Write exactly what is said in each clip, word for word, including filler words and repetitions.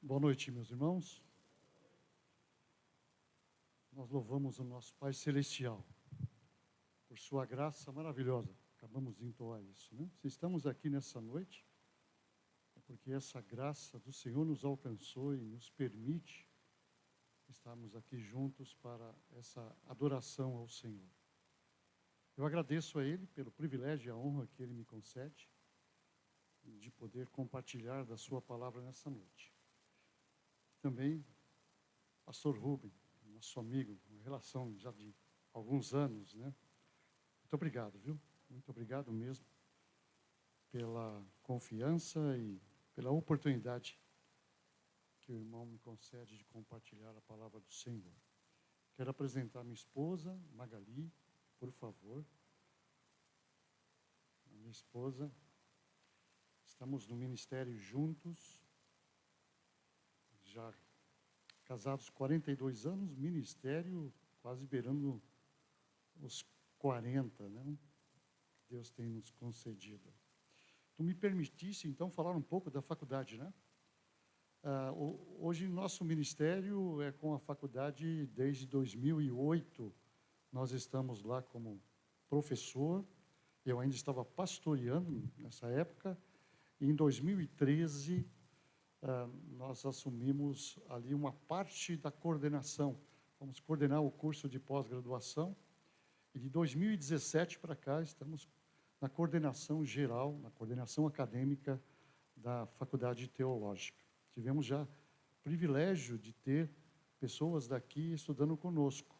Boa noite, meus irmãos. Nós louvamos o nosso Pai Celestial por sua graça maravilhosa. Acabamos de entoar isso, né? Se estamos aqui nessa noite, é porque essa graça do Senhor nos alcançou e nos permite estarmos aqui juntos para essa adoração ao Senhor. Eu agradeço a Ele pelo privilégio e a honra que Ele me concede de poder compartilhar da sua palavra nessa noite. Também, pastor Rubem, nosso amigo, uma relação já de alguns anos, né? Muito obrigado, viu? Muito obrigado mesmo pela confiança e pela oportunidade que o irmão me concede de compartilhar a palavra do Senhor. Quero apresentar minha esposa, Magali, por favor. A minha esposa, estamos no ministério juntos, já casados quarenta e dois anos, ministério quase beirando os quarenta, né? Deus tem nos concedido. Tu me permitisse, então, falar um pouco da faculdade, né? Ah, hoje, nosso ministério é com a faculdade desde dois mil e oito. Nós estamos lá como professor. Eu ainda estava pastoreando nessa época. E em dois mil e treze, ah, nós assumimos ali uma parte da coordenação. Vamos coordenar o curso de pós-graduação. E de dois mil e dezessete para cá, estamos na coordenação geral, na coordenação acadêmica da Faculdade Teológica. Tivemos já o privilégio de ter pessoas daqui estudando conosco.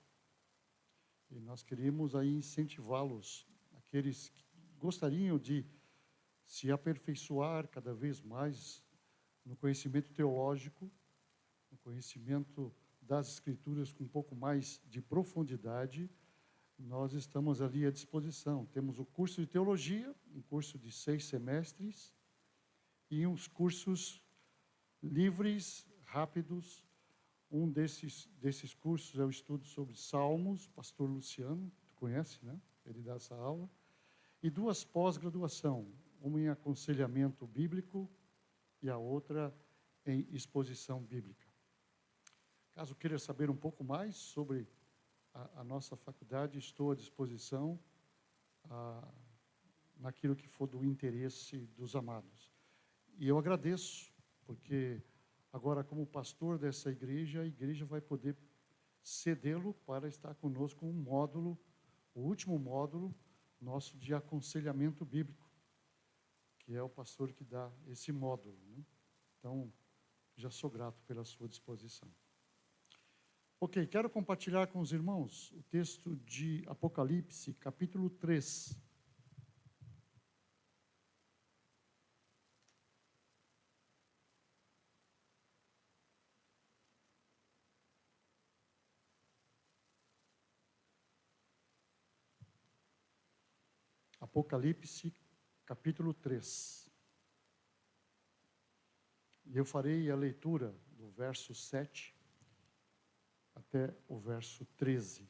E nós queríamos aí incentivá-los, aqueles que gostariam de se aperfeiçoar cada vez mais no conhecimento teológico, no conhecimento das Escrituras com um pouco mais de profundidade. Nós estamos ali à disposição. Temos o curso de teologia, um curso de seis semestres, e uns cursos livres, rápidos. Um desses, desses cursos é o estudo sobre Salmos, pastor Luciano, tu conhece, né? Ele dá essa aula. E duas pós-graduação, uma em aconselhamento bíblico e a outra em exposição bíblica. Caso queira saber um pouco mais sobre a, a nossa faculdade, estou à disposição a, naquilo que for do interesse dos amados. E eu agradeço, porque agora, como pastor dessa igreja, a igreja vai poder cedê-lo para estar conosco um módulo, o último módulo nosso de aconselhamento bíblico, que é o pastor que dá esse módulo, né? Então, já sou grato pela sua disposição. Ok, quero compartilhar com os irmãos o texto de Apocalipse, capítulo três. Apocalipse, capítulo três. E eu farei a leitura do verso sete até o verso treze.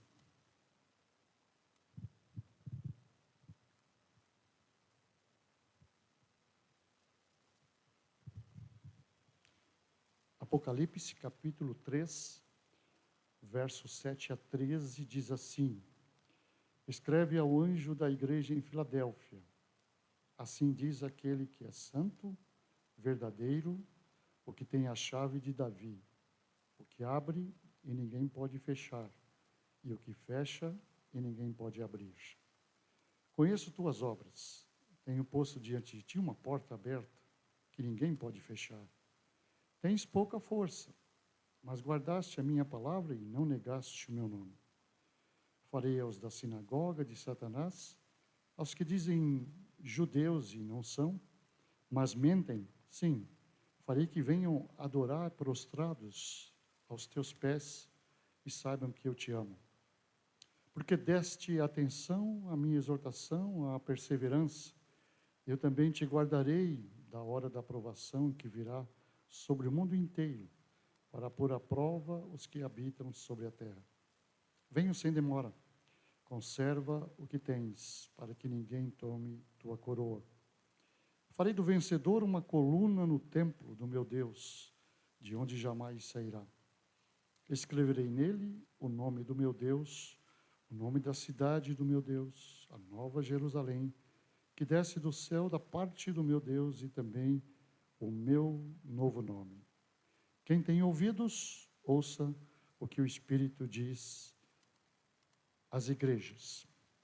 Apocalipse, capítulo três, verso sete a treze, diz assim: Escreve ao anjo da igreja em Filadélfia. Assim diz aquele que é santo, verdadeiro, o que tem a chave de Davi, o que abre e ninguém pode fechar, e o que fecha e ninguém pode abrir. Conheço tuas obras, tenho posto diante de ti uma porta aberta, que ninguém pode fechar. Tens pouca força, mas guardaste a minha palavra e não negaste o meu nome. Farei aos da sinagoga de Satanás, aos que dizem judeus e não são, mas mentem, sim, farei que venham adorar prostrados aos teus pés e saibam que eu te amo. Porque deste atenção à minha exortação, à perseverança, eu também te guardarei da hora da provação que virá sobre o mundo inteiro, para pôr à prova os que habitam sobre a terra. Venho sem demora, conserva o que tens, para que ninguém tome tua coroa. Farei do vencedor uma coluna no templo do meu Deus, de onde jamais sairá. Escreverei nele o nome do meu Deus, o nome da cidade do meu Deus, a nova Jerusalém, que desce do céu da parte do meu Deus, e também o meu novo nome. Quem tem ouvidos, ouça o que o Espírito diz às igrejas.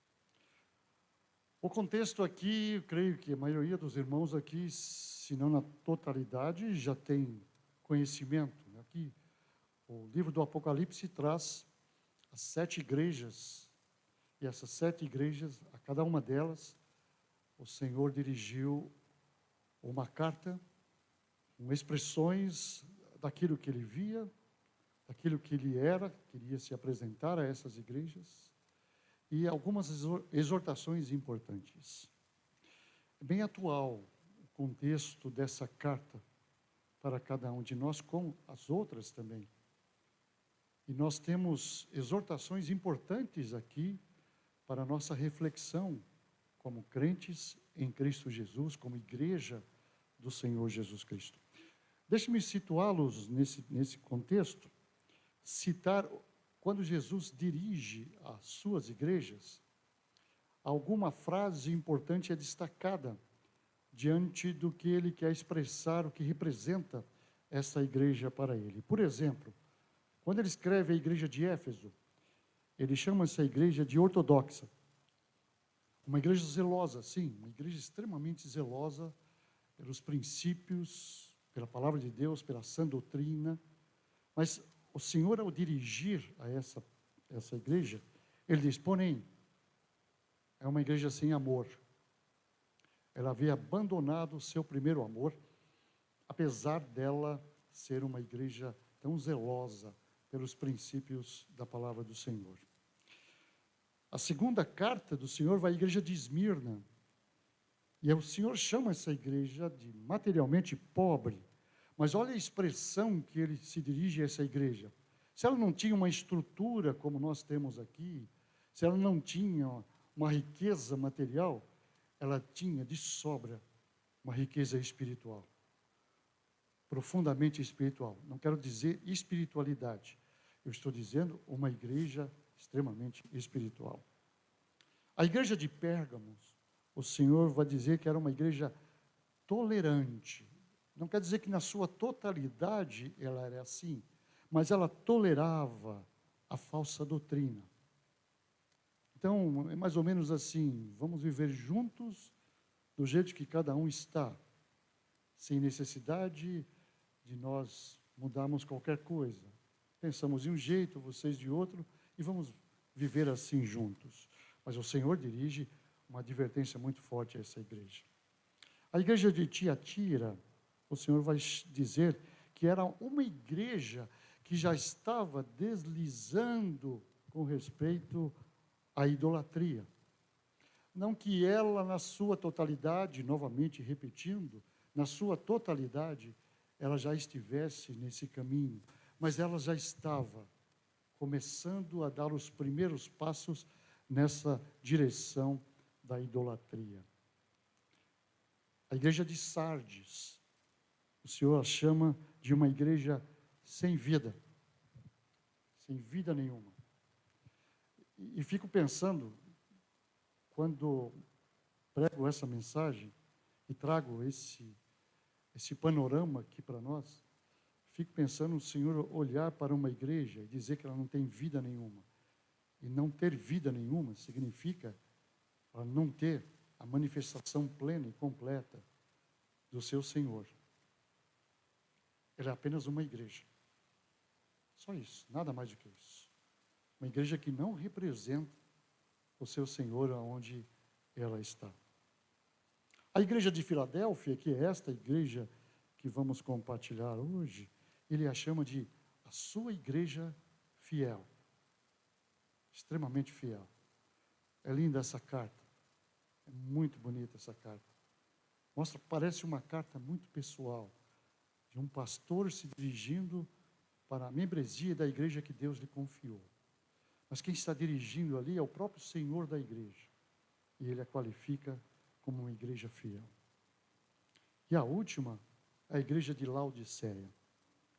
O contexto aqui, eu creio que a maioria dos irmãos aqui, se não na totalidade, já tem conhecimento. Aqui, o livro do Apocalipse traz as sete igrejas, e essas sete igrejas, a cada uma delas, o Senhor dirigiu uma carta com expressões daquilo que ele via, daquilo que ele era, queria se apresentar a essas igrejas, e algumas exortações importantes. É bem atual o contexto dessa carta para cada um de nós, como as outras também. E nós temos exortações importantes aqui para a nossa reflexão como crentes em Cristo Jesus, como igreja do Senhor Jesus Cristo. Deixe-me situá-los nesse, nesse contexto, citar, quando Jesus dirige as suas igrejas, alguma frase importante é destacada diante do que ele quer expressar, o que representa essa igreja para ele. Por exemplo, quando ele escreve a igreja de Éfeso, ele chama essa igreja de ortodoxa. Uma igreja zelosa, sim, uma igreja extremamente zelosa pelos princípios, pela palavra de Deus, pela sã doutrina. Mas o Senhor, ao dirigir a essa, essa igreja, ele diz, porém, é uma igreja sem amor. Ela havia abandonado o seu primeiro amor, apesar dela ser uma igreja tão zelosa pelos princípios da palavra do Senhor. A segunda carta do Senhor vai à igreja de Esmirna. E o Senhor chama essa igreja de materialmente pobre. Mas olha a expressão que ele se dirige a essa igreja. Se ela não tinha uma estrutura como nós temos aqui, se ela não tinha uma riqueza material, ela tinha de sobra uma riqueza espiritual. Profundamente espiritual. Não quero dizer espiritualidade. Eu estou dizendo uma igreja extremamente espiritual. A igreja de Pérgamos, o Senhor vai dizer que era uma igreja tolerante. Não quer dizer que na sua totalidade ela era assim, mas ela tolerava a falsa doutrina. Então, é mais ou menos assim, vamos viver juntos do jeito que cada um está, sem necessidade de nós mudarmos qualquer coisa. Pensamos de um jeito, vocês de outro, e vamos viver assim juntos. Mas o Senhor dirige uma advertência muito forte a essa igreja. A igreja de Tiatira, o Senhor vai dizer que era uma igreja que já estava deslizando com respeito à idolatria. Não que ela, na sua totalidade, novamente repetindo, na sua totalidade, ela já estivesse nesse caminho, mas ela já estava começando a dar os primeiros passos nessa direção da idolatria. A igreja de Sardes, o Senhor a chama de uma igreja sem vida, sem vida nenhuma. E, e fico pensando, quando prego essa mensagem e trago esse, esse panorama aqui para nós, fico pensando o Senhor olhar para uma igreja e dizer que ela não tem vida nenhuma. E não ter vida nenhuma significa ela não ter a manifestação plena e completa do seu Senhor. Ela é apenas uma igreja. Só isso, nada mais do que isso. Uma igreja que não representa o seu Senhor aonde ela está. A igreja de Filadélfia, que é esta igreja que vamos compartilhar hoje, ele a chama de a sua igreja fiel. Extremamente fiel. É linda essa carta. É muito bonita essa carta. Mostra, parece uma carta muito pessoal, de um pastor se dirigindo para a membresia da igreja que Deus lhe confiou. Mas quem está dirigindo ali é o próprio Senhor da igreja. E ele a qualifica como uma igreja fiel. E a última, a igreja de Laodiceia.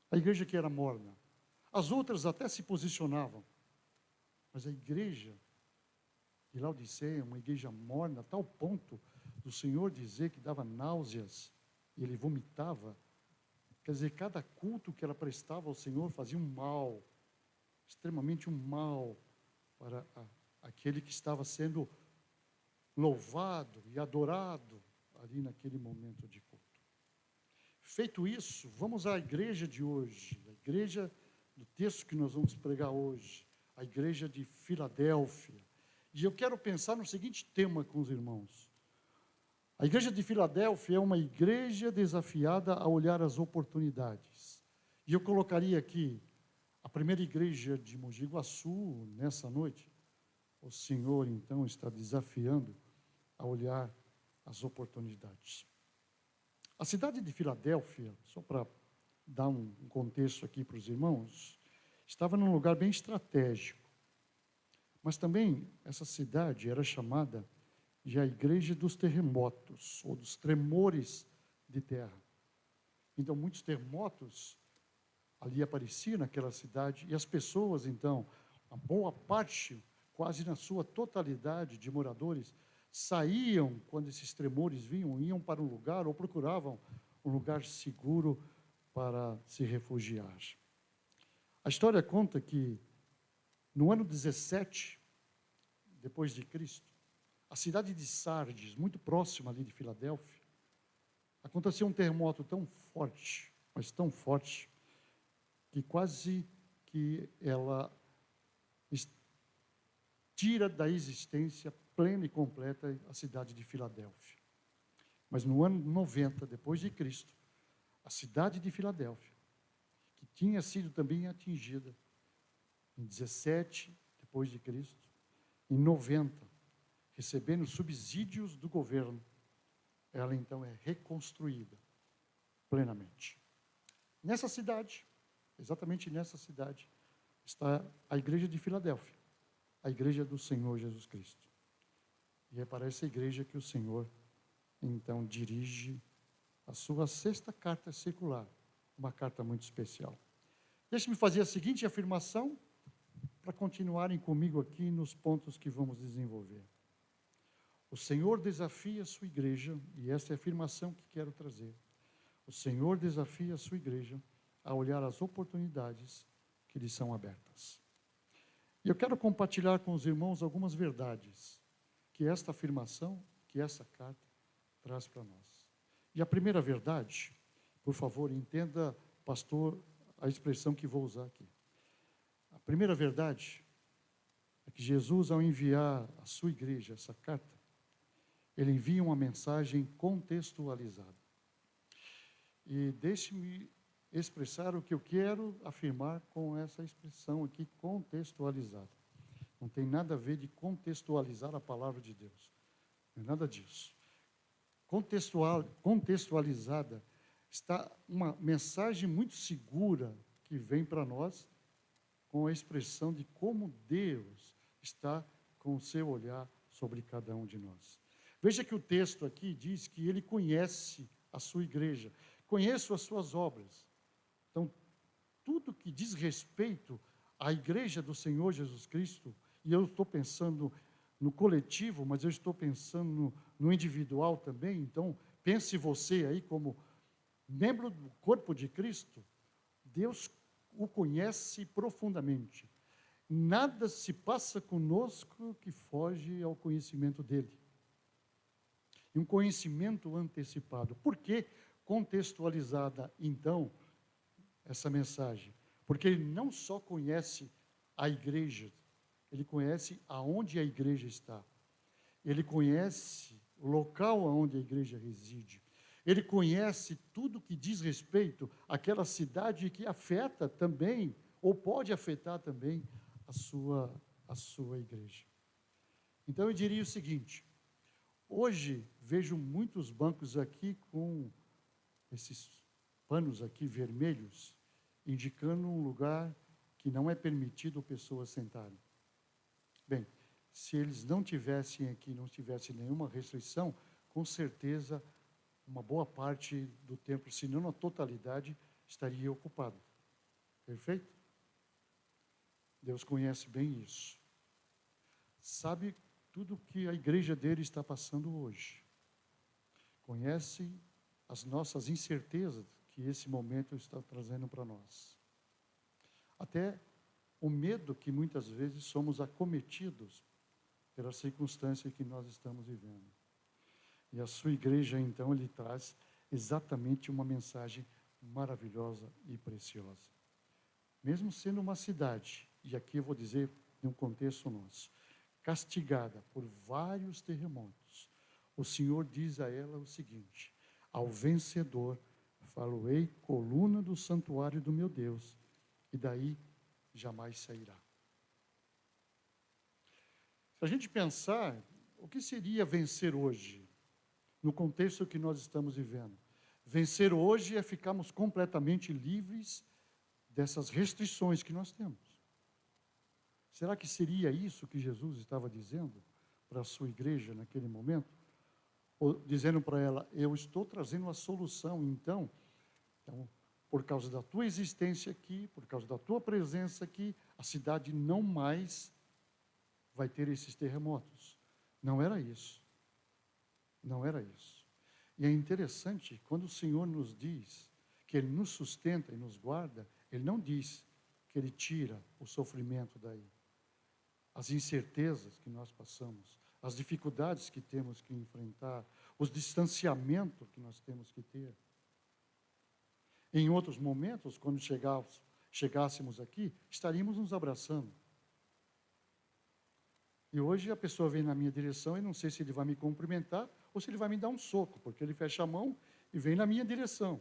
A igreja que era morna. As outras até se posicionavam. Mas a igreja de Laodiceia, uma igreja morna, a tal ponto do Senhor dizer que dava náuseas e ele vomitava. Quer dizer, cada culto que ela prestava ao Senhor fazia um mal, extremamente um mal para a, aquele que estava sendo louvado e adorado ali naquele momento de culto. Feito isso, vamos à igreja de hoje, a igreja do texto que nós vamos pregar hoje, a igreja de Filadélfia. E eu quero pensar no seguinte tema com os irmãos. A igreja de Filadélfia é uma igreja desafiada a olhar as oportunidades. E eu colocaria aqui a primeira igreja de Mogi Guaçu, nessa noite. O Senhor, então, está desafiando a olhar as oportunidades. A cidade de Filadélfia, só para dar um contexto aqui para os irmãos, estava num lugar bem estratégico. Mas também essa cidade era chamada de a igreja dos terremotos, ou dos tremores de terra. Então, muitos terremotos ali apareciam naquela cidade, e as pessoas, então, a boa parte, quase na sua totalidade de moradores, saíam quando esses tremores vinham, iam para um lugar ou procuravam um lugar seguro para se refugiar. A história conta que no ano dezessete depois de Cristo, a cidade de Sardes, muito próxima ali de Filadélfia, aconteceu um terremoto tão forte, mas tão forte, que quase que ela tira da existência plena e completa a cidade de Filadélfia. Mas no ano noventa depois de Cristo, a cidade de Filadélfia, que tinha sido também atingida em dezessete depois de Cristo, em noventa, recebendo subsídios do governo, ela então é reconstruída plenamente. Nessa cidade, exatamente nessa cidade, está a igreja de Filadélfia, a igreja do Senhor Jesus Cristo. E é para essa igreja que o Senhor, então, dirige a sua sexta carta circular, uma carta muito especial. Deixe-me fazer a seguinte afirmação, para continuarem comigo aqui nos pontos que vamos desenvolver. O Senhor desafia a sua igreja, e essa é a afirmação que quero trazer. O Senhor desafia a sua igreja a olhar as oportunidades que lhe são abertas. E eu quero compartilhar com os irmãos algumas verdades que esta afirmação, que essa carta traz para nós. E a primeira verdade, por favor, entenda, pastor, a expressão que vou usar aqui. A primeira verdade é que Jesus, ao enviar à sua igreja essa carta, ele envia uma mensagem contextualizada. E deixe-me expressar o que eu quero afirmar com essa expressão aqui, contextualizada. Não tem nada a ver de contextualizar a palavra de Deus. Não é nada disso. Contextual, contextualizada está uma mensagem muito segura que vem para nós com a expressão de como Deus está com o seu olhar sobre cada um de nós. Veja que o texto aqui diz que ele conhece a sua igreja, conheço as suas obras. Então, tudo que diz respeito à igreja do Senhor Jesus Cristo, e eu estou pensando no coletivo, mas eu estou pensando no, no individual também, então, pense você aí como membro do corpo de Cristo, Deus o conhece profundamente. Nada se passa conosco que foge ao conhecimento dele. E um conhecimento antecipado. Por que contextualizada, então, essa mensagem? Porque ele não só conhece a igreja, ele conhece aonde a igreja está. Ele conhece o local onde a igreja reside. Ele conhece tudo que diz respeito àquela cidade que afeta também, ou pode afetar também, a sua, a sua igreja. Então, eu diria o seguinte, hoje vejo muitos bancos aqui com esses panos aqui vermelhos, indicando um lugar que não é permitido pessoas sentarem. Bem, se eles não tivessem aqui, não tivessem nenhuma restrição, com certeza uma boa parte do templo, se não na totalidade, estaria ocupado. Perfeito? Deus conhece bem isso. Sabe tudo o que a igreja dele está passando hoje. Conhece as nossas incertezas que esse momento está trazendo para nós. Até o medo que muitas vezes somos acometidos pela circunstância que nós estamos vivendo. E a sua igreja, então, lhe traz exatamente uma mensagem maravilhosa e preciosa. Mesmo sendo uma cidade, e aqui eu vou dizer num contexto nosso, castigada por vários terremotos, o Senhor diz a ela o seguinte: ao vencedor faloei coluna do santuário do meu Deus, e daí jamais sairá. Se a gente pensar, o que seria vencer hoje, no contexto que nós estamos vivendo? Vencer hoje é ficarmos completamente livres dessas restrições que nós temos. Será que seria isso que Jesus estava dizendo para a sua igreja naquele momento? Ou dizendo para ela, eu estou trazendo a solução, então, então, por causa da tua existência aqui, por causa da tua presença aqui, a cidade não mais vai ter esses terremotos. Não era isso. Não era isso. E é interessante, quando o Senhor nos diz que Ele nos sustenta e nos guarda, Ele não diz que Ele tira o sofrimento daí. As incertezas que nós passamos, as dificuldades que temos que enfrentar, os distanciamentos que nós temos que ter. Em outros momentos, quando chegássemos aqui, estaríamos nos abraçando. E hoje a pessoa vem na minha direção e não sei se ele vai me cumprimentar ou se ele vai me dar um soco, porque ele fecha a mão e vem na minha direção.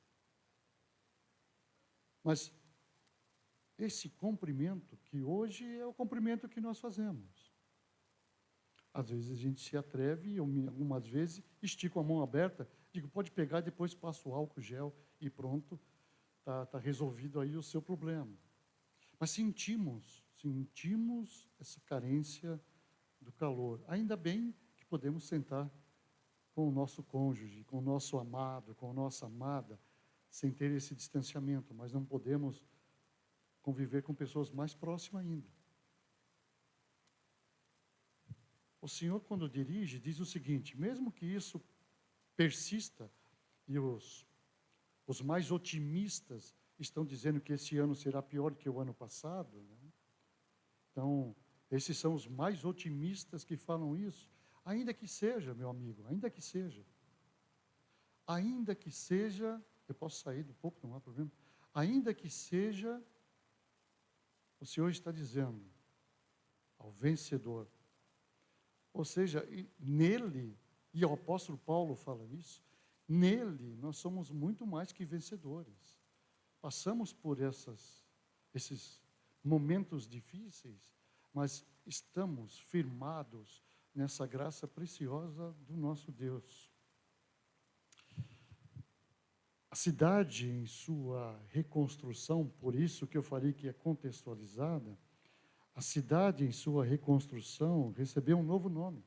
Mas esse cumprimento que hoje é o cumprimento que nós fazemos. Às vezes a gente se atreve, eu algumas vezes estico a mão aberta, digo, pode pegar, depois passo o álcool gel e pronto, está tá resolvido aí o seu problema. Mas sentimos, sentimos essa carência do calor. Ainda bem que podemos sentar com o nosso cônjuge, com o nosso amado, com a nossa amada, sem ter esse distanciamento, mas não podemos conviver com pessoas mais próximas ainda. O Senhor, quando dirige, diz o seguinte, mesmo que isso persista, e os, os mais otimistas estão dizendo que esse ano será pior que o ano passado, né? Então, esses são os mais otimistas que falam isso. Ainda que seja, meu amigo, ainda que seja. Ainda que seja, eu posso sair do pouco, não há problema. Ainda que seja, o Senhor está dizendo ao vencedor. Ou seja, nele, e o apóstolo Paulo fala isso, nele nós somos muito mais que vencedores. Passamos por essas, esses momentos difíceis, mas estamos firmados nessa graça preciosa do nosso Deus. A cidade em sua reconstrução, por isso que eu falei que é contextualizada, a cidade em sua reconstrução recebeu um novo nome.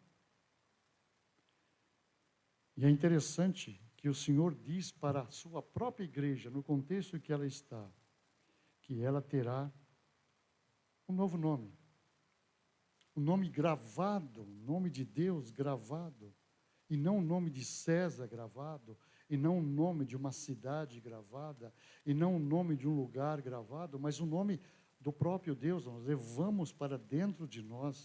E é interessante que o Senhor diz para a sua própria igreja, no contexto em que ela está, que ela terá um novo nome. Um nome gravado, um nome de Deus gravado, e não o nome de César gravado, e não o nome de uma cidade gravada, e não o nome de um lugar gravado, mas o nome do próprio Deus. Nós levamos para dentro de nós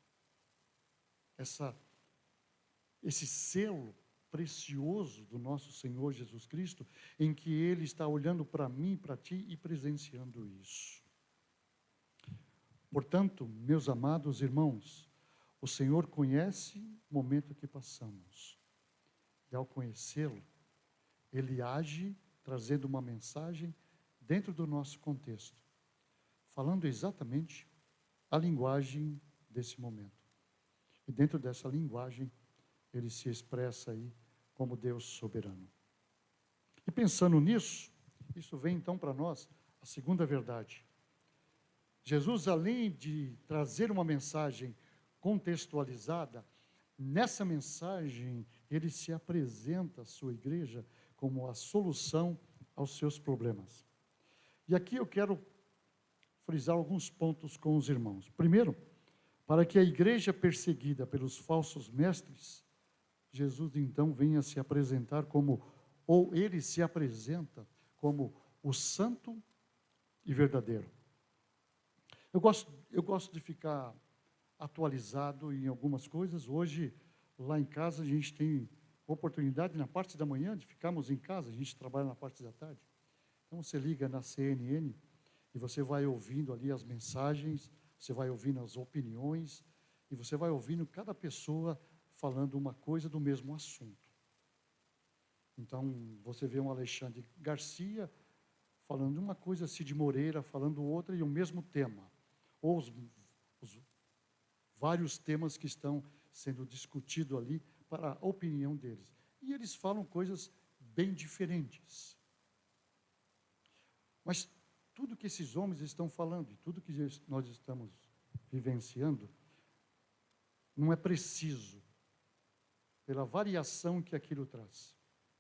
essa, esse selo precioso do nosso Senhor Jesus Cristo, em que Ele está olhando para mim, para ti e presenciando isso. Portanto, meus amados irmãos, o Senhor conhece o momento que passamos. E ao conhecê-lo, Ele age trazendo uma mensagem dentro do nosso contexto, falando exatamente a linguagem desse momento. E dentro dessa linguagem, Ele se expressa aí como Deus soberano. E pensando nisso, isso vem então para nós a segunda verdade. Jesus, além de trazer uma mensagem contextualizada, nessa mensagem Ele se apresenta à sua igreja como a solução aos seus problemas. E aqui eu quero frisar alguns pontos com os irmãos. Primeiro, para que a igreja perseguida pelos falsos mestres, Jesus então venha se apresentar como, ou ele se apresenta como o santo e verdadeiro. Eu gosto, eu gosto de ficar atualizado em algumas coisas. Hoje, lá em casa, a gente tem oportunidade, na parte da manhã, de ficarmos em casa, a gente trabalha na parte da tarde. Então, você liga na C N N e você vai ouvindo ali as mensagens, você vai ouvindo as opiniões, e você vai ouvindo cada pessoa falando uma coisa do mesmo assunto. Então, você vê um Alexandre Garcia falando uma coisa, Cid Moreira falando outra, e o mesmo tema. Ou os, os vários temas que estão sendo discutidos ali para a opinião deles. E eles falam coisas bem diferentes. Mas tudo que esses homens estão falando, e tudo que nós estamos vivenciando, não é preciso, pela variação que aquilo traz.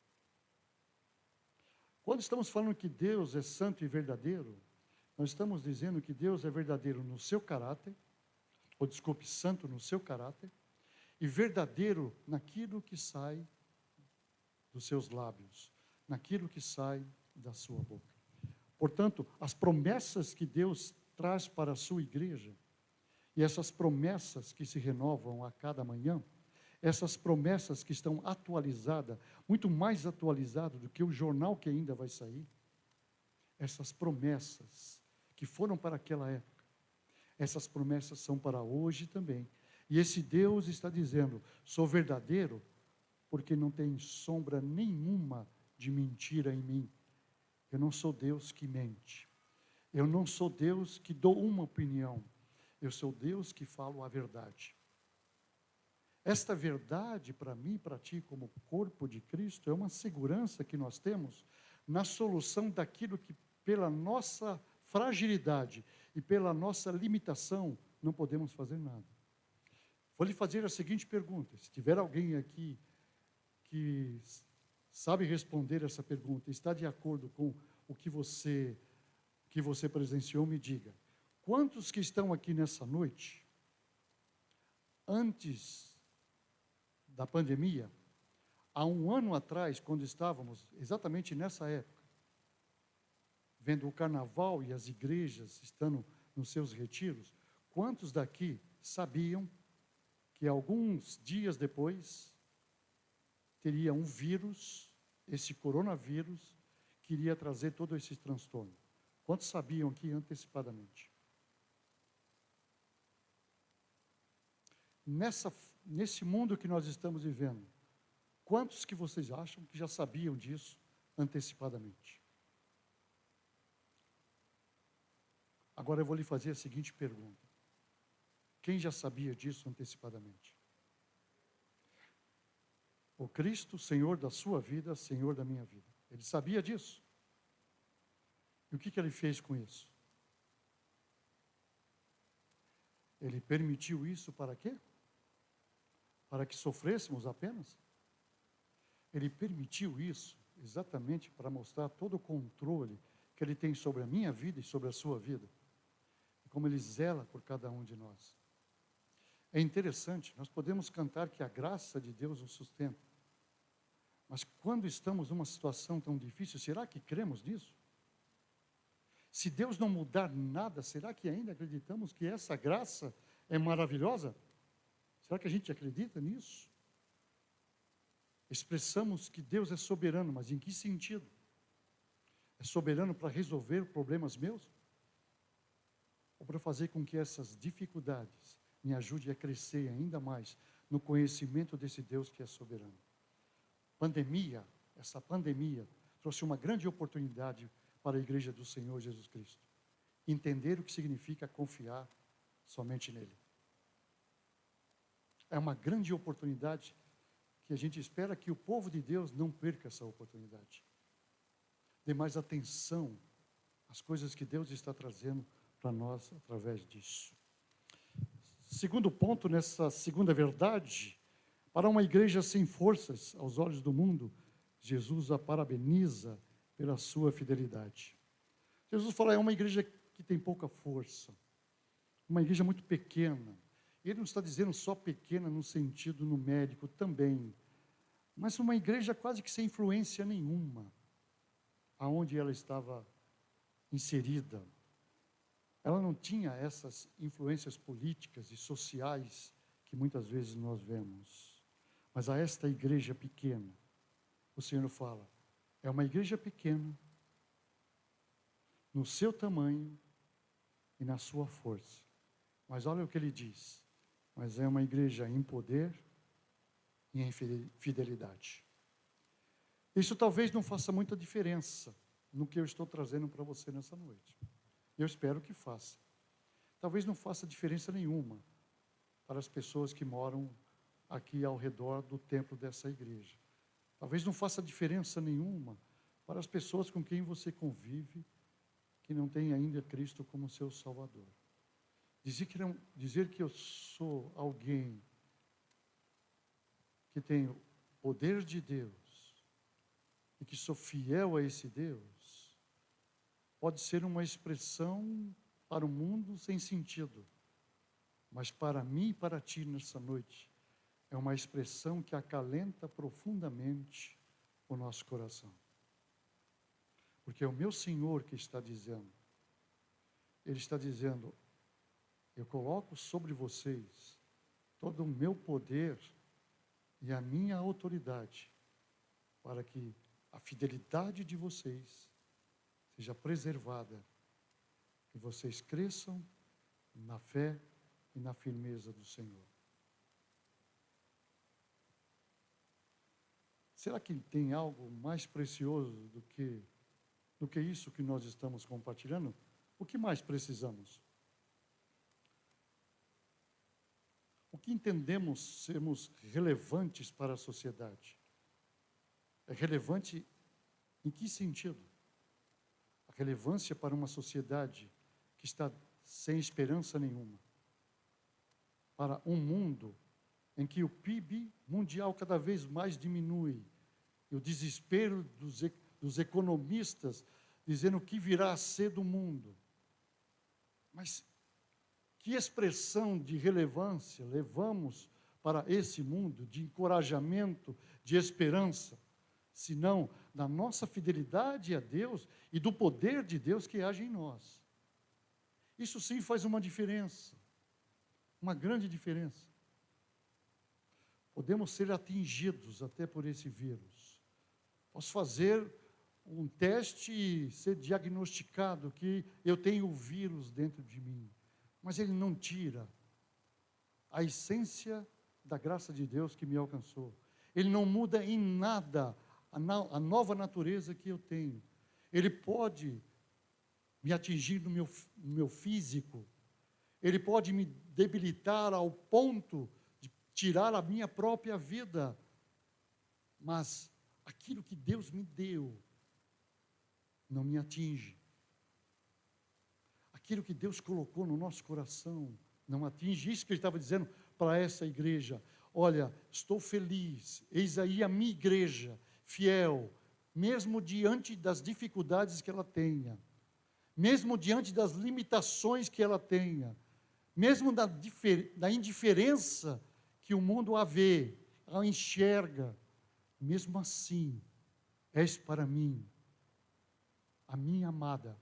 Quando estamos falando que Deus é santo e verdadeiro, nós estamos dizendo que Deus é verdadeiro no seu caráter, ou desculpe, santo no seu caráter, e verdadeiro naquilo que sai dos seus lábios, naquilo que sai da sua boca. Portanto, as promessas que Deus traz para a sua igreja, e essas promessas que se renovam a cada manhã, essas promessas que estão atualizadas, muito mais atualizadas do que o jornal que ainda vai sair, essas promessas que foram para aquela época, essas promessas são para hoje também. E esse Deus está dizendo, sou verdadeiro, porque não tem sombra nenhuma de mentira em mim. Eu não sou Deus que mente. Eu não sou Deus que dou uma opinião. Eu sou Deus que falo a verdade. Esta verdade, para mim e para ti, como corpo de Cristo, é uma segurança que nós temos na solução daquilo que, pela nossa fragilidade e pela nossa limitação, não podemos fazer nada. Vou lhe fazer a seguinte pergunta. Se tiver alguém aqui que sabe responder essa pergunta, está de acordo com o que você, que você presenciou, me diga. Quantos que estão aqui nessa noite, antes da pandemia, há um ano atrás, quando estávamos exatamente nessa época, vendo o carnaval e as igrejas estando nos seus retiros, quantos daqui sabiam que alguns dias depois teria um vírus, esse coronavírus, que iria trazer todo esse transtorno? Quantos sabiam aqui antecipadamente? Nessa, nesse mundo que nós estamos vivendo, quantos que vocês acham que já sabiam disso antecipadamente? Agora eu vou lhe fazer a seguinte pergunta. Quem já sabia disso antecipadamente? O Cristo, Senhor da sua vida, Senhor da minha vida. Ele sabia disso. E o que, que ele fez com isso? Ele permitiu isso para quê? Para que sofrêssemos apenas? Ele permitiu isso exatamente para mostrar todo o controle que ele tem sobre a minha vida e sobre a sua vida. E como ele zela por cada um de nós. É interessante, nós podemos cantar que a graça de Deus nos sustenta. Mas quando estamos numa situação tão difícil, será que cremos nisso? Se Deus não mudar nada, será que ainda acreditamos que essa graça é maravilhosa? Será que a gente acredita nisso? Expressamos que Deus é soberano, mas em que sentido? É soberano para resolver problemas meus? Ou para fazer com que essas dificuldades me ajudem a crescer ainda mais no conhecimento desse Deus que é soberano? Pandemia, essa pandemia trouxe uma grande oportunidade para a igreja do Senhor Jesus Cristo. Entender o que significa confiar somente nele. É uma grande oportunidade que a gente espera que o povo de Deus não perca essa oportunidade. Dê mais atenção às coisas que Deus está trazendo para nós através disso. Segundo ponto, nessa segunda verdade, para uma igreja sem forças aos olhos do mundo, Jesus a parabeniza pela sua fidelidade. Jesus fala, é uma igreja que tem pouca força, uma igreja muito pequena. Ele não está dizendo só pequena no sentido numérico também, mas uma igreja quase que sem influência nenhuma, aonde ela estava inserida. Ela não tinha essas influências políticas e sociais que muitas vezes nós vemos. Mas a esta igreja pequena, o Senhor fala, é uma igreja pequena, no seu tamanho e na sua força. Mas olha o que ele diz, mas é uma igreja em poder e em fidelidade. Isso talvez não faça muita diferença no que eu estou trazendo para você nessa noite. Eu espero que faça. Talvez não faça diferença nenhuma para as pessoas que moram aqui ao redor do templo dessa igreja. Talvez não faça diferença nenhuma para as pessoas com quem você convive, que não têm ainda Cristo como seu Salvador. Dizer que, não, dizer que eu sou alguém que tem o poder de Deus e que sou fiel a esse Deus, pode ser uma expressão para o mundo sem sentido, mas para mim e para ti nessa noite, é uma expressão que acalenta profundamente o nosso coração. Porque é o meu Senhor que está dizendo, Ele está dizendo, eu coloco sobre vocês todo o meu poder e a minha autoridade, para que a fidelidade de vocês seja preservada, que vocês cresçam na fé e na firmeza do Senhor. Será que tem algo mais precioso do que, do que isso que nós estamos compartilhando? O que mais precisamos? O que entendemos sermos relevantes para a sociedade? É relevante em que sentido? A relevância para uma sociedade que está sem esperança nenhuma. Para um mundo em que o P I B mundial cada vez mais diminui. E o desespero dos, dos economistas dizendo o que virá a ser do mundo. Mas que expressão de relevância levamos para esse mundo, de encorajamento, de esperança, senão da nossa fidelidade a Deus e do poder de Deus que age em nós. Isso sim faz uma diferença, uma grande diferença. Podemos ser atingidos até por esse vírus. Posso fazer um teste e ser diagnosticado que eu tenho o vírus dentro de mim, mas ele não tira a essência da graça de Deus que me alcançou. Ele não muda em nada a, na, a nova natureza que eu tenho. Ele pode me atingir no meu, no meu físico, ele pode me debilitar ao ponto de tirar a minha própria vida, mas aquilo que Deus me deu não me atinge. Aquilo que Deus colocou no nosso coração não atinge. Isso que ele estava dizendo para essa igreja. Olha, estou feliz, eis aí a minha igreja, fiel, mesmo diante das dificuldades que ela tenha, mesmo diante das limitações que ela tenha, mesmo da, da indiferença que o mundo a vê, a enxerga, mesmo assim, és para mim, a minha amada,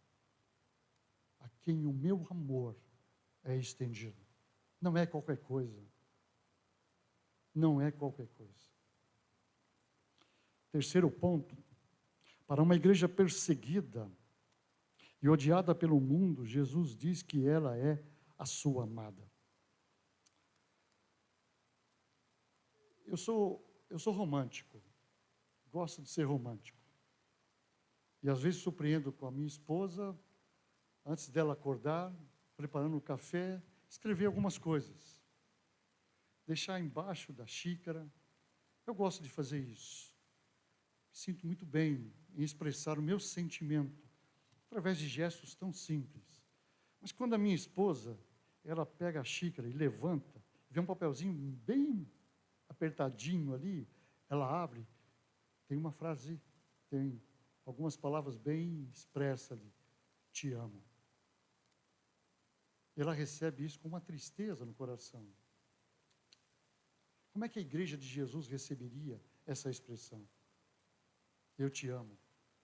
a quem o meu amor é estendido. Não é qualquer coisa. Não é qualquer coisa. Terceiro ponto, para uma igreja perseguida e odiada pelo mundo, Jesus diz que ela é a sua amada. Eu sou, eu sou romântico, gosto de ser romântico. E às vezes surpreendo com a minha esposa, antes dela acordar, preparando o café, escrever algumas coisas. Deixar embaixo da xícara. Eu gosto de fazer isso. Me sinto muito bem em expressar o meu sentimento, através de gestos tão simples. Mas quando a minha esposa, ela pega a xícara e levanta, vê um papelzinho bem apertadinho ali, ela abre, tem uma frase, tem algumas palavras bem expressas ali. te amo. Ela recebe isso com uma tristeza no coração. Como é que a igreja de Jesus receberia essa expressão? Eu te amo.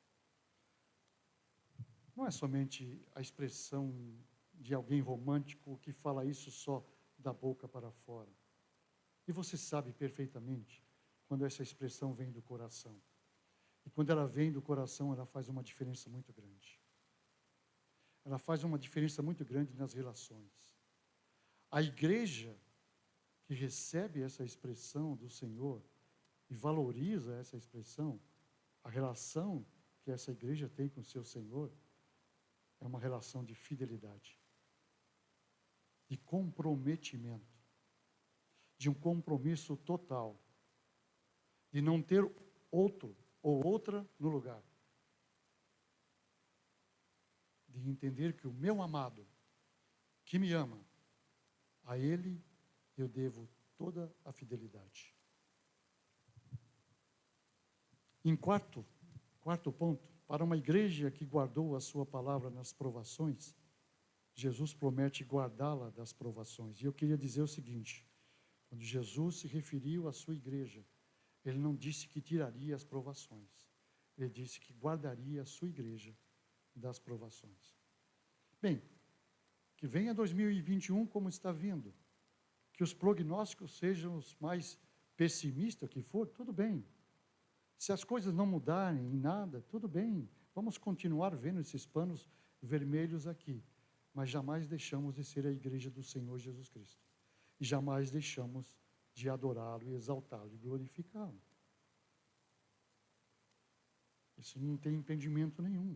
Não é somente a expressão de alguém romântico que fala isso só da boca para fora. E você sabe perfeitamente quando essa expressão vem do coração. E quando ela vem do coração, ela faz uma diferença muito grande. Ela faz uma diferença muito grande nas relações. A igreja que recebe essa expressão do Senhor e valoriza essa expressão, a relação que essa igreja tem com o seu Senhor, é uma relação de fidelidade, de comprometimento, de um compromisso total, de não ter outro ou outra no lugar, de entender que o meu amado, que me ama, a Ele eu devo toda a fidelidade. Em quarto, quarto ponto, para uma igreja que guardou a sua palavra nas provações, Jesus promete guardá-la das provações. E eu queria dizer o seguinte, quando Jesus se referiu à sua igreja, ele não disse que tiraria as provações, ele disse que guardaria a sua igreja das provações. Bem, que venha dois mil e vinte e um como está vindo, que os prognósticos sejam os mais pessimistas que for, tudo bem. Se as coisas não mudarem em nada, tudo bem, vamos continuar vendo esses panos vermelhos aqui, mas jamais deixamos de ser a igreja do Senhor Jesus Cristo, e jamais deixamos de adorá-lo, e exaltá-lo, e glorificá-lo. Isso não tem impedimento nenhum.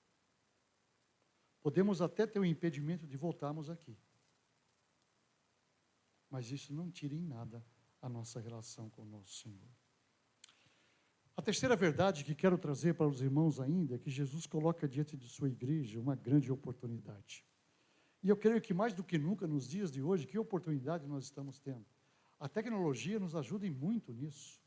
Podemos até ter o impedimento de voltarmos aqui, mas isso não tira em nada a nossa relação com o nosso Senhor. A terceira verdade que quero trazer para os irmãos ainda é que Jesus coloca diante de sua igreja uma grande oportunidade. E eu creio que mais do que nunca nos dias de hoje, que oportunidade nós estamos tendo. A tecnologia nos ajuda em muito nisso.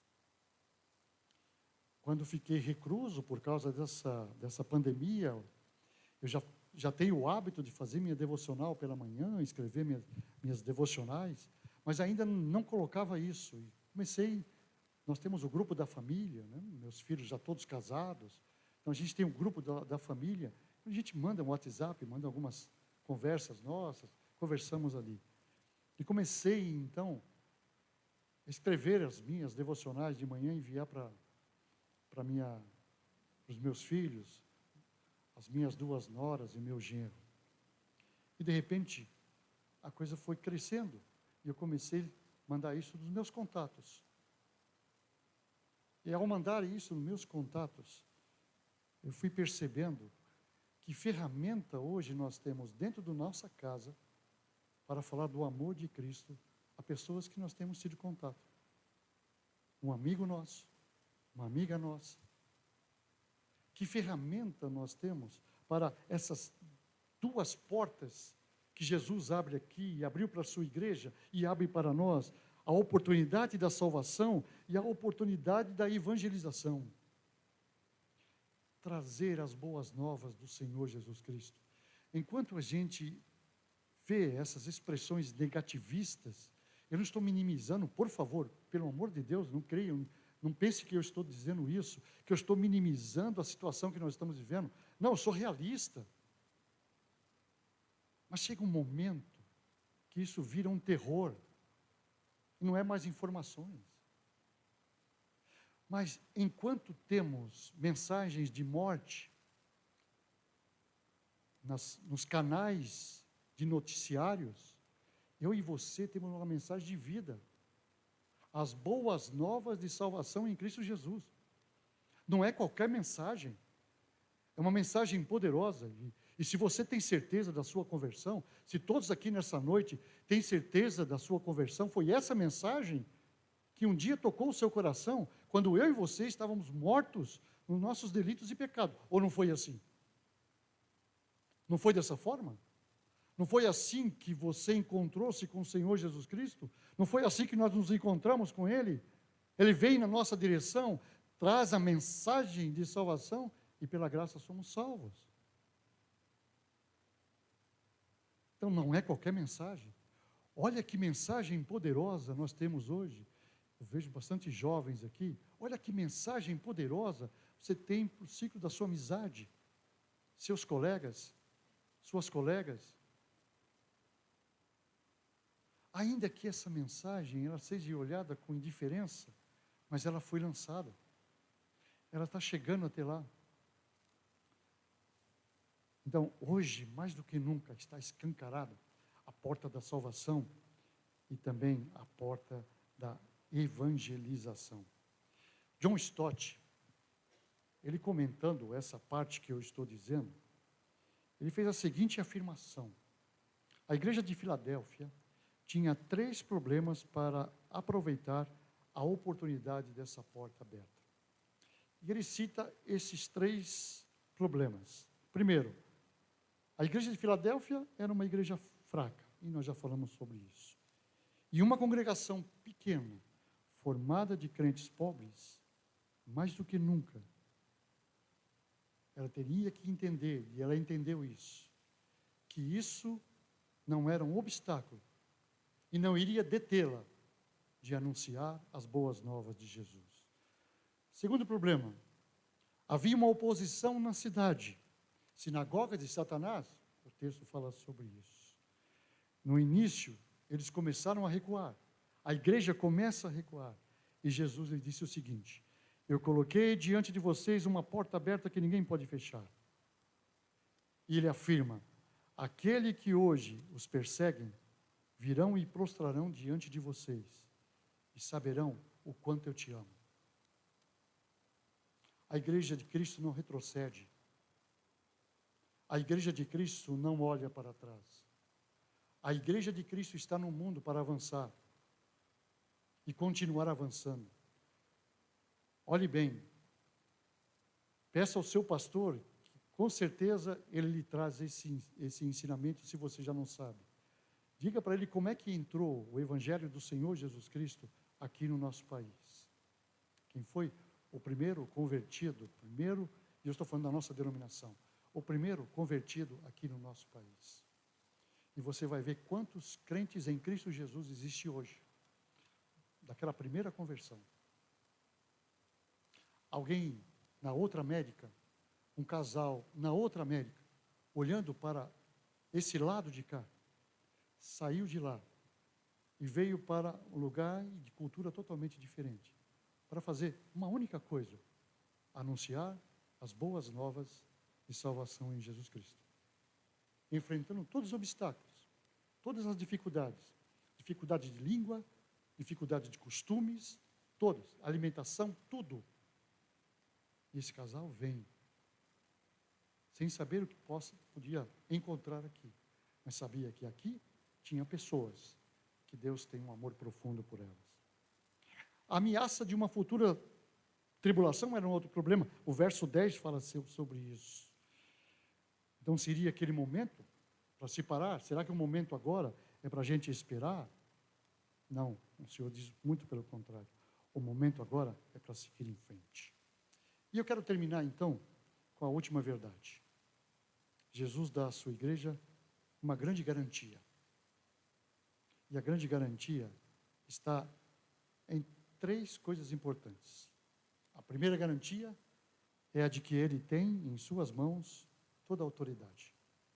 Quando fiquei recluso por causa dessa, dessa pandemia, eu já, já tenho o hábito de fazer minha devocional pela manhã, escrever minhas, minhas devocionais, mas ainda não colocava isso. E comecei, nós temos o grupo da família, né? Meus filhos já todos casados, então a gente tem um grupo da, da família, a gente manda um WhatsApp, manda algumas conversas nossas, conversamos ali. E comecei, então, a escrever as minhas devocionais de manhã e enviar para para minha, os meus filhos, as minhas duas noras e meu genro. E, de repente, a coisa foi crescendo. E eu comecei a mandar isso nos meus contatos. E, ao mandar isso nos meus contatos, eu fui percebendo que ferramenta hoje nós temos dentro da nossa casa para falar do amor de Cristo a pessoas que nós temos tido contato. Um amigo nosso, uma amiga nossa. Que ferramenta nós temos para essas duas portas que Jesus abre aqui, e abriu para a sua igreja, e abre para nós a oportunidade da salvação e a oportunidade da evangelização. Trazer as boas novas do Senhor Jesus Cristo. Enquanto a gente vê essas expressões negativistas, eu não estou minimizando, por favor, pelo amor de Deus, não creiam, não pense que eu estou dizendo isso, que eu estou minimizando a situação que nós estamos vivendo. Não, eu sou realista. Mas chega um momento que isso vira um terror, e não é mais informações. Mas enquanto temos mensagens de morte nas, nos canais de noticiários, eu e você temos uma mensagem de vida. As boas novas de salvação em Cristo Jesus. Não é qualquer mensagem. É uma mensagem poderosa. E, e se você tem certeza da sua conversão, se todos aqui nessa noite têm certeza da sua conversão, foi essa mensagem que um dia tocou o seu coração, quando eu e você estávamos mortos nos nossos delitos e pecados. Ou não foi assim? Não foi dessa forma? Não foi assim que você encontrou-se com o Senhor Jesus Cristo? Não foi assim que nós nos encontramos com Ele? Ele veio na nossa direção, traz a mensagem de salvação e pela graça somos salvos. Então, não é qualquer mensagem. Olha que mensagem poderosa nós temos hoje. Eu vejo bastante jovens aqui. Olha que mensagem poderosa você tem para o ciclo da sua amizade, seus colegas, suas colegas. Ainda que essa mensagem ela seja olhada com indiferença, mas ela foi lançada. Ela está chegando até lá. Então, hoje, mais do que nunca, está escancarada a porta da salvação e também a porta da evangelização. John Stott, ele comentando essa parte que eu estou dizendo, ele fez a seguinte afirmação: a igreja de Filadélfia tinha três problemas para aproveitar a oportunidade dessa porta aberta. E ele cita esses três problemas. Primeiro, a igreja de Filadélfia era uma igreja fraca, e nós já falamos sobre isso. E uma congregação pequena, formada de crentes pobres, mais do que nunca, ela teria que entender, e ela entendeu isso, que isso não era um obstáculo e não iria detê-la de anunciar as boas novas de Jesus. Segundo problema, havia uma oposição na cidade. Sinagoga de Satanás, o texto fala sobre isso. No início, eles começaram a recuar. A igreja começa a recuar. E Jesus lhe disse o seguinte: eu coloquei diante de vocês uma porta aberta que ninguém pode fechar. E ele afirma: aquele que hoje os perseguem, virão e prostrarão diante de vocês, e saberão o quanto eu te amo. A igreja de Cristo não retrocede. A igreja de Cristo não olha para trás. A igreja de Cristo está no mundo para avançar e continuar avançando. Olhe bem, peça ao seu pastor, que com certeza ele lhe traz esse, esse ensinamento, se você já não sabe. Diga para ele como é que entrou o Evangelho do Senhor Jesus Cristo aqui no nosso país. Quem foi o primeiro convertido, primeiro, e eu estou falando da nossa denominação, o primeiro convertido aqui no nosso país. E você vai ver quantos crentes em Cristo Jesus existe hoje, daquela primeira conversão. Alguém na outra América, um casal na outra América, olhando para esse lado de cá, saiu de lá e veio para um lugar de cultura totalmente diferente, para fazer uma única coisa: anunciar as boas novas de salvação em Jesus Cristo. Enfrentando todos os obstáculos, todas as dificuldades, dificuldade de língua, dificuldade de costumes, todas, alimentação, tudo. E esse casal vem, sem saber o que possa, podia encontrar aqui, mas sabia que aqui tinha pessoas que Deus tem um amor profundo por elas. A ameaça de uma futura tribulação era um outro problema. O verso dez fala sobre isso. Então seria aquele momento para se parar? Será que o momento agora é para a gente esperar? Não, o Senhor diz muito pelo contrário. O momento agora é para seguir em frente. E eu quero terminar então com a última verdade. Jesus dá à sua igreja uma grande garantia. E a grande garantia está em três coisas importantes. A primeira garantia é a de que ele tem em suas mãos toda a autoridade.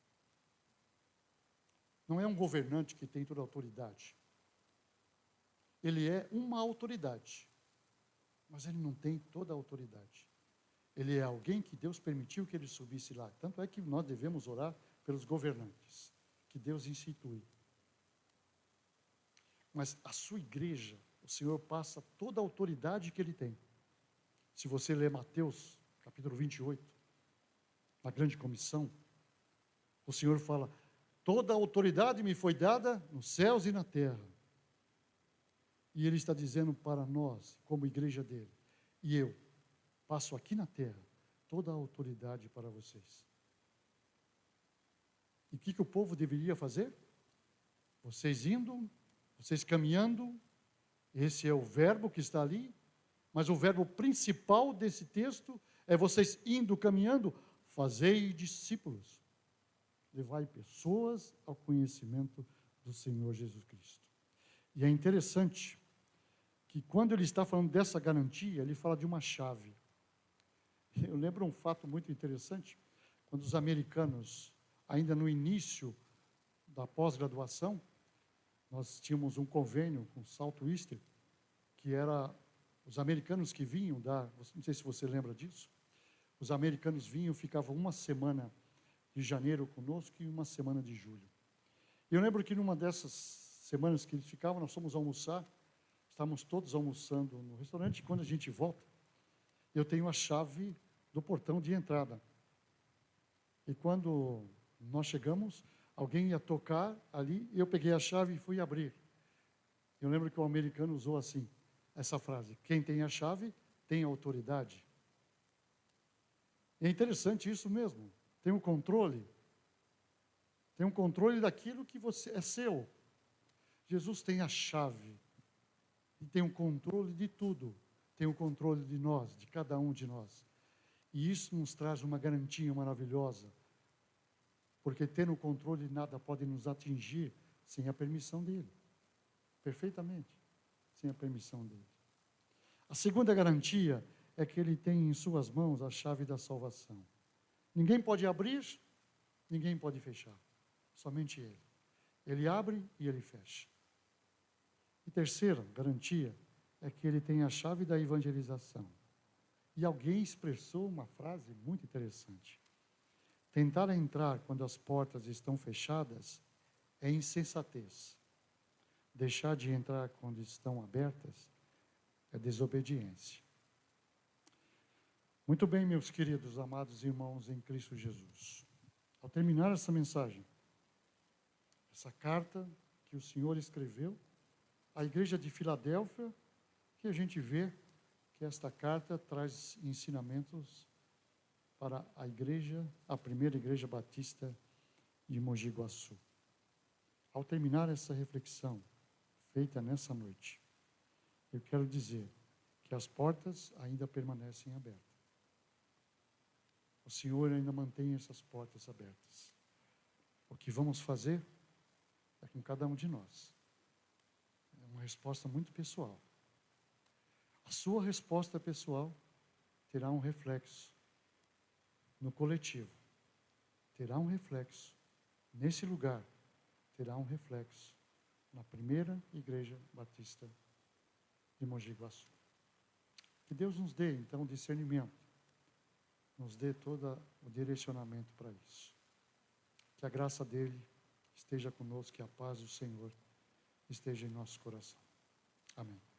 Não é um governante que tem toda a autoridade. Ele é uma autoridade, mas ele não tem toda a autoridade. Ele é alguém que Deus permitiu que ele subisse lá. Tanto é que nós devemos orar pelos governantes, que Deus institui. Mas a sua igreja, o Senhor passa toda a autoridade que ele tem. Se você ler Mateus, capítulo vinte e oito, na grande comissão, o Senhor fala: toda a autoridade me foi dada nos céus e na terra. E Ele está dizendo para nós, como igreja dele, e eu passo aqui na terra toda a autoridade para vocês. E o que, que o povo deveria fazer? Vocês indo, vocês caminhando, esse é o verbo que está ali, mas o verbo principal desse texto é vocês indo, caminhando, fazei discípulos. levai pessoas ao conhecimento do Senhor Jesus Cristo. E é interessante que quando ele está falando dessa garantia, ele fala de uma chave. Eu lembro um fato muito interessante, quando os americanos, ainda no início da pós-graduação, nós tínhamos um convênio com o Southwestern, que era os americanos que vinham dar, não sei se você lembra disso, os americanos vinham, ficavam uma semana de janeiro conosco e uma semana de julho. E eu lembro que numa dessas semanas que eles ficavam, nós fomos almoçar, estávamos todos almoçando no restaurante, e quando a gente volta, eu tenho a chave do portão de entrada. E quando nós chegamos, alguém ia tocar ali, e eu peguei a chave e fui abrir. Eu lembro que o americano usou assim, essa frase: quem tem a chave, tem autoridade. E é interessante isso mesmo, tem um controle, tem um controle daquilo que você é seu. Jesus tem a chave, e tem um controle de tudo, tem o controle de nós, de cada um de nós. E isso nos traz uma garantia maravilhosa, porque tendo o controle, nada pode nos atingir sem a permissão dele. Perfeitamente, sem a permissão dele. A segunda garantia é que ele tem em suas mãos a chave da salvação. Ninguém pode abrir, ninguém pode fechar, somente ele. Ele abre e ele fecha. E terceira garantia é que ele tem a chave da evangelização. E alguém expressou uma frase muito interessante: tentar entrar quando as portas estão fechadas é insensatez. Deixar de entrar quando estão abertas é desobediência. Muito bem, meus queridos, amados irmãos em Cristo Jesus. Ao terminar essa mensagem, essa carta que o Senhor escreveu à igreja de Filadélfia, que a gente vê que esta carta traz ensinamentos para a igreja, a primeira igreja batista de Mogi Guaçu. Ao terminar essa reflexão feita nessa noite, eu quero dizer que as portas ainda permanecem abertas. O Senhor ainda mantém essas portas abertas. O que vamos fazer é com cada um de nós. É uma resposta muito pessoal. A sua resposta pessoal terá um reflexo no coletivo. Terá um reflexo nesse lugar. Terá um reflexo na primeira igreja batista de Mogi Guaçu. Que Deus nos dê, então, discernimento. Nos dê todo o direcionamento para isso. Que a graça dele esteja conosco, que a paz do Senhor esteja em nosso coração. Amém.